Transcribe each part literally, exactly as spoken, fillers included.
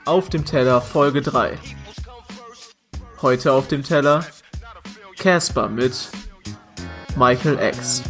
Auf dem Teller Folge drei. Heute auf dem Teller Casper mit Michael X.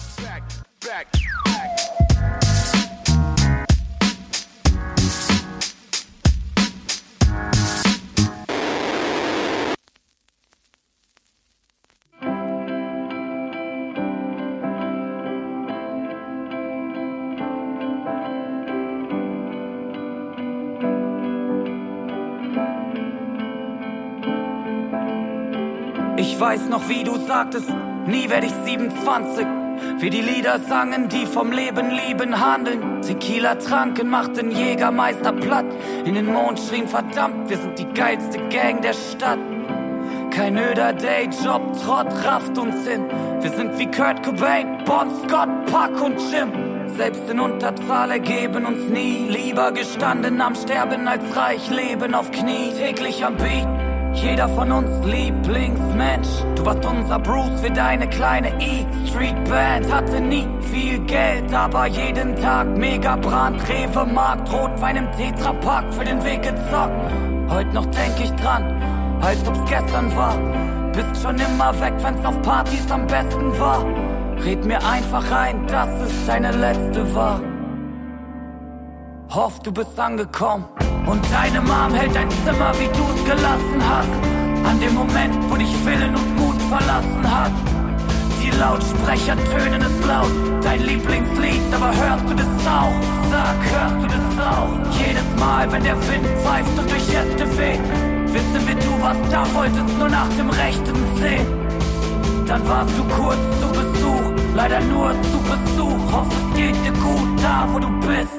Ich weiß noch, wie du sagtest, nie werd ich siebenundzwanzig. Wir die Lieder sangen, die vom Leben lieben handeln. Tequila tranken, machten Jägermeister platt. In den Mond schrien, verdammt, wir sind die geilste Gang der Stadt. Kein öder Dayjob, Trott rafft uns hin. Wir sind wie Kurt Cobain, Bon Scott, Puck und Jim. Selbst in Unterzahl ergeben uns nie. Lieber gestanden am Sterben als reich leben auf Knie. Täglich am Beat. Jeder von uns Lieblingsmensch. Du warst unser Bruce, wir deine kleine E-Street-Band. Hatte nie viel Geld, aber jeden Tag mega Brand. Rewe, Markt, Rotwein im Tetrapack für den Weg gezockt. Heute noch denk ich dran, als ob's gestern war. Bist schon immer weg, wenn's auf Partys am besten war. Red mir einfach ein, dass es deine letzte war. Hoff, du bist angekommen. Und deine Mom hält dein Zimmer, wie du's gelassen hast. An dem Moment, wo dich Willen und Mut verlassen hat. Die Lautsprecher tönen es laut, dein Lieblingslied, aber hörst du das auch? Sag, hörst du das auch? Jedes Mal, wenn der Wind pfeift und durch Äste weht, wissen wir, du warst da, wolltest nur nach dem Rechten sehen. Dann warst du kurz zu Besuch, leider nur zu Besuch. Hoffe, es geht dir gut da, wo du bist.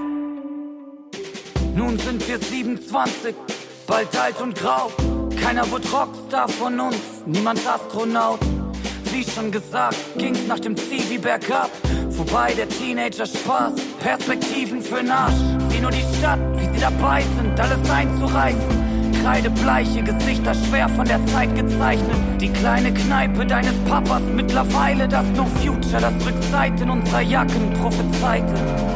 Nun sind wir siebenundzwanzig, bald alt und grau. Keiner wird Rockstar von uns, niemand Astronaut. Wie schon gesagt, ging's nach dem Zivi bergab. Vorbei der Teenager-Spaß, Perspektiven für'n Arsch. Sieh nur die Stadt, wie sie dabei sind, alles einzureißen. Kreidebleiche Gesichter, schwer von der Zeit gezeichnet. Die kleine Kneipe deines Papas, mittlerweile das No Future, das Rückseiten unserer Jacken prophezeite.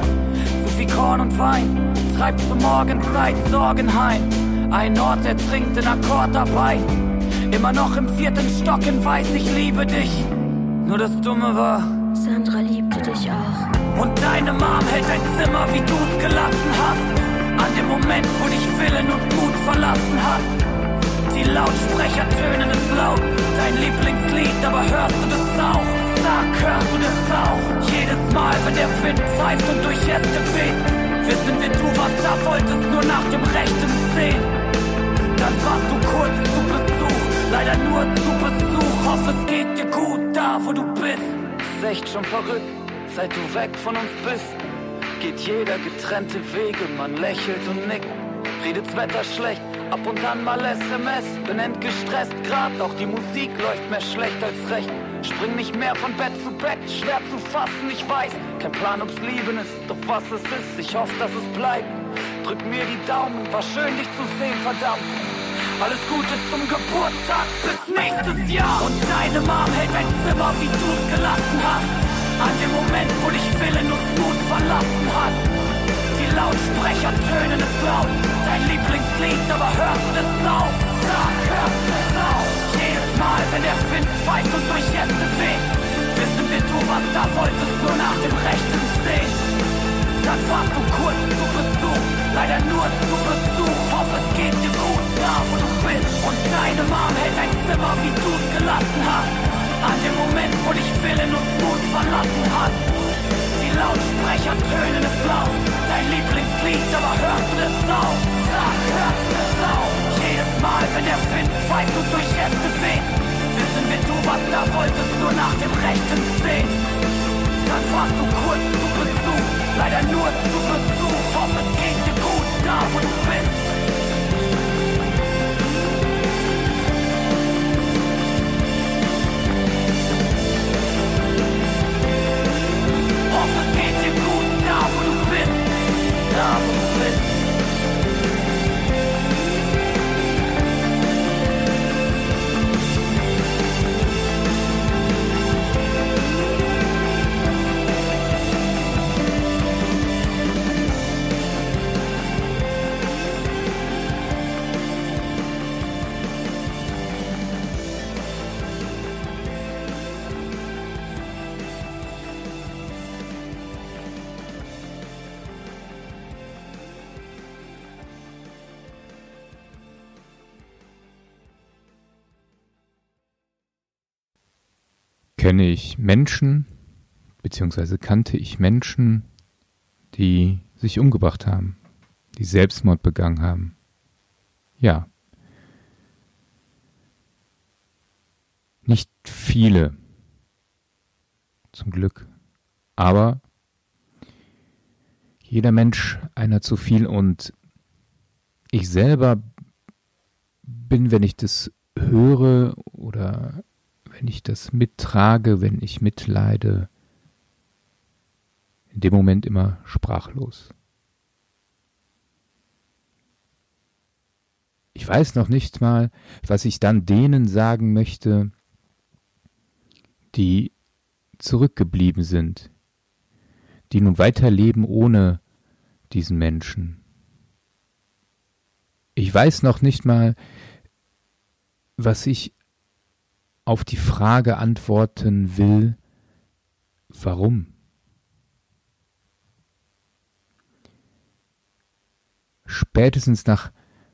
So wie Korn und Wein treibt zur Morgenzeit Sorgen heim. Ein Ort ertrinkt in Akkordarbeit. Immer noch im vierten Stock in Weiß, ich liebe dich. Nur das Dumme war, Sandra liebte dich auch. Und deine Mom hält dein Zimmer, wie du's gelassen hast. An dem Moment, wo dich Willen und Mut verlassen hat. Die Lautsprecher tönen es laut, dein Lieblingslied, aber hörst du das auch? Sag, hörst du das auch? Jedes Mal, wenn der Wind pfeift und durch Äste weht, wissen wir, du warst da, wolltest nur nach dem Rechten sehen. Dann warst du kurz zu Besuch, leider nur zu Besuch. Hoffe, es geht dir gut da, wo du bist. Ist echt schon verrückt, seit du weg von uns bist. Geht jeder getrennte Wege, man lächelt und nickt. Redet's Wetter schlecht, ab und an mal S M S. Bin entgestresst, grad auch die Musik läuft mehr schlecht als recht. Spring nicht mehr von Bett zu Bett, schwer zu fassen, ich weiß. Kein Plan, ob's Lieben ist, doch was es ist, ich hoffe, dass es bleibt. Drück mir die Daumen, war schön, dich zu sehen, verdammt. Alles Gute zum Geburtstag, bis nächstes Jahr. Und deine Mom hält dein Zimmer, wie du's gelassen hast. An dem Moment, wo dich Willen und Mut verlassen hat. Die Lautsprecher tönen es laut, dein Lieblingslied, aber hörst du das auch? Sag, hörst du das auch? Jedes Mal, wenn der Wind pfeift und durch Äste weht, wissen wir, du warst da, wolltest nur nach dem Rechten sehen. Dann warst du kurz zu Besuch, leider nur zu Besuch. Hoffe, es geht dir gut da, wo du bist. Und deine Mom hält dein Zimmer, wie du's gelassen hast. An dem Moment, wo dich Willen und Mut verlassen hat. Die Lautsprecher tönen es laut, dein Lieblingslied, aber hörst du das auch? Sag, hörst du das auch? Jedes Mal, wenn der Wind pfeift und durch Äste weht, wissen wir, du warst da, wolltest nur nach dem Rechten sehen. Dann warst du kurz zu Besuch, leider nur zu Besuch. Hoffe, es geht dir gut da, wo du bist. Hoffe, es geht dir gut da, wo du bist. Da, wo du bist. kenne ich Menschen, beziehungsweise kannte ich Menschen, die sich umgebracht haben, die Selbstmord begangen haben. Ja. Nicht viele, zum Glück, aber jeder Mensch einer zu viel, und ich selber bin, wenn ich das höre oder wenn ich das mittrage, wenn ich mitleide, in dem Moment immer sprachlos. Ich weiß noch nicht mal, was ich dann denen sagen möchte, die zurückgeblieben sind, die nun weiterleben ohne diesen Menschen. Ich weiß noch nicht mal, was ich auf die Frage antworten will, warum? Spätestens nach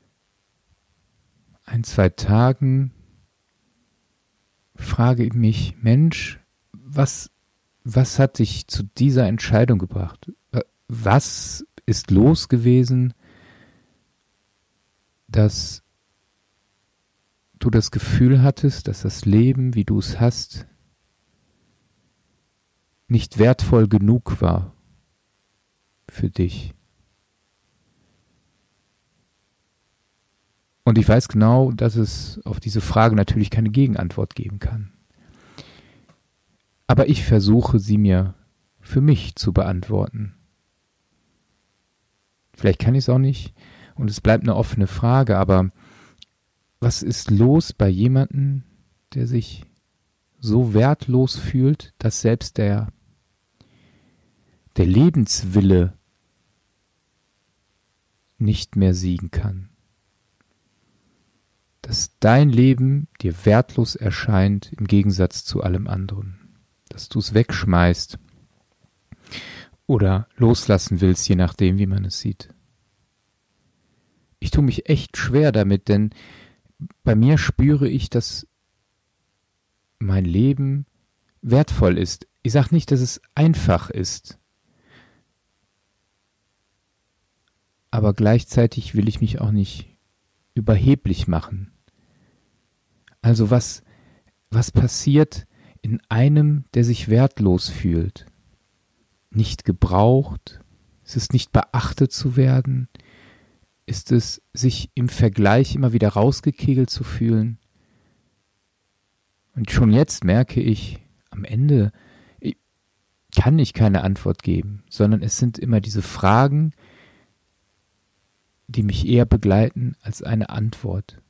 ein, zwei Tagen frage ich mich, Mensch, was, was hat dich zu dieser Entscheidung gebracht? Was ist los gewesen, dass du das Gefühl hattest, dass das Leben, wie du es hast, nicht wertvoll genug war für dich? Und ich weiß genau, dass es auf diese Frage natürlich keine Gegenantwort geben kann. Aber ich versuche, sie mir für mich zu beantworten. Vielleicht kann ich es auch nicht und es bleibt eine offene Frage, aber was ist los bei jemandem, der sich so wertlos fühlt, dass selbst der, der Lebenswille nicht mehr siegen kann? Dass dein Leben dir wertlos erscheint im Gegensatz zu allem anderen. Dass du es wegschmeißt oder loslassen willst, je nachdem, wie man es sieht. Ich tue mich echt schwer damit, denn bei mir spüre ich, dass mein Leben wertvoll ist. Ich sage nicht, dass es einfach ist, aber gleichzeitig will ich mich auch nicht überheblich machen. Also was, was passiert in einem, der sich wertlos fühlt? Nicht gebraucht? Ist es nicht beachtet zu werden? Ist es, sich im Vergleich immer wieder rausgekegelt zu fühlen? Und schon jetzt merke ich, am Ende ich, kann ich keine Antwort geben, sondern es sind immer diese Fragen, die mich eher begleiten als eine Antwort.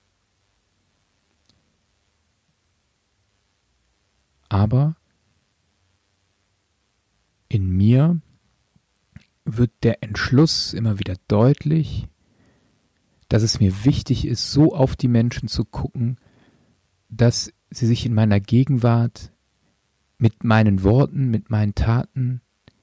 Aber in mir wird der Entschluss immer wieder deutlich, dass es mir wichtig ist, so auf die Menschen zu gucken, dass sie sich in meiner Gegenwart mit meinen Worten, mit meinen Taten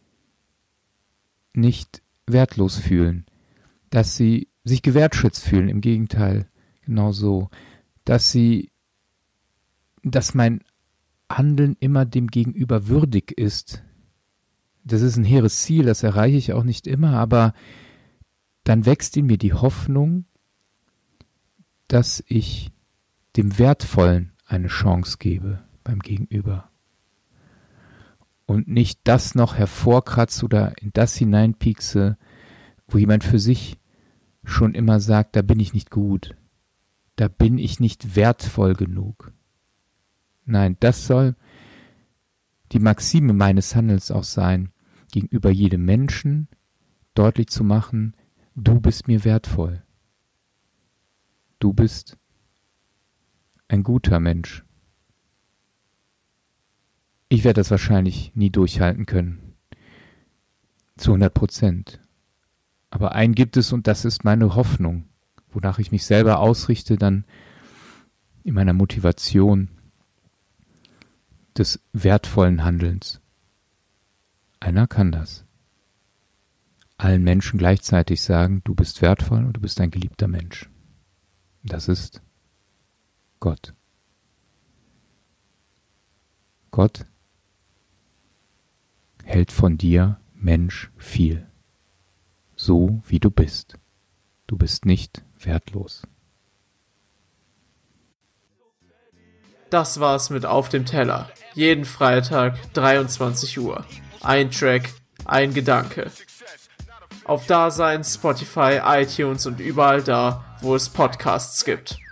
nicht wertlos fühlen, dass sie sich gewertschätzt fühlen, im Gegenteil, genauso, dass sie, dass mein Handeln immer dem Gegenüber würdig ist. Das ist ein hehres Ziel, das erreiche ich auch nicht immer, aber dann wächst in mir die Hoffnung, dass ich dem Wertvollen eine Chance gebe beim Gegenüber und nicht das noch hervorkratze oder in das hineinpiekse, wo jemand für sich schon immer sagt, da bin ich nicht gut, da bin ich nicht wertvoll genug. Nein, das soll die Maxime meines Handelns auch sein, gegenüber jedem Menschen deutlich zu machen, du bist mir wertvoll. Du bist ein guter Mensch. Ich werde das wahrscheinlich nie durchhalten können. Zu hundert Prozent. Aber einen gibt es und das ist meine Hoffnung, wonach ich mich selber ausrichte, dann in meiner Motivation des wertvollen Handelns. Einer kann das. Allen Menschen gleichzeitig sagen, du bist wertvoll und du bist ein geliebter Mensch. Das ist Gott. Gott hält von dir, Mensch, viel. So wie du bist. Du bist nicht wertlos. Das war's mit Auf dem Teller. Jeden Freitag, dreiundzwanzig Uhr. Ein Track, ein Gedanke. Auf Dasein, Spotify, iTunes und überall da, wo es Podcasts gibt.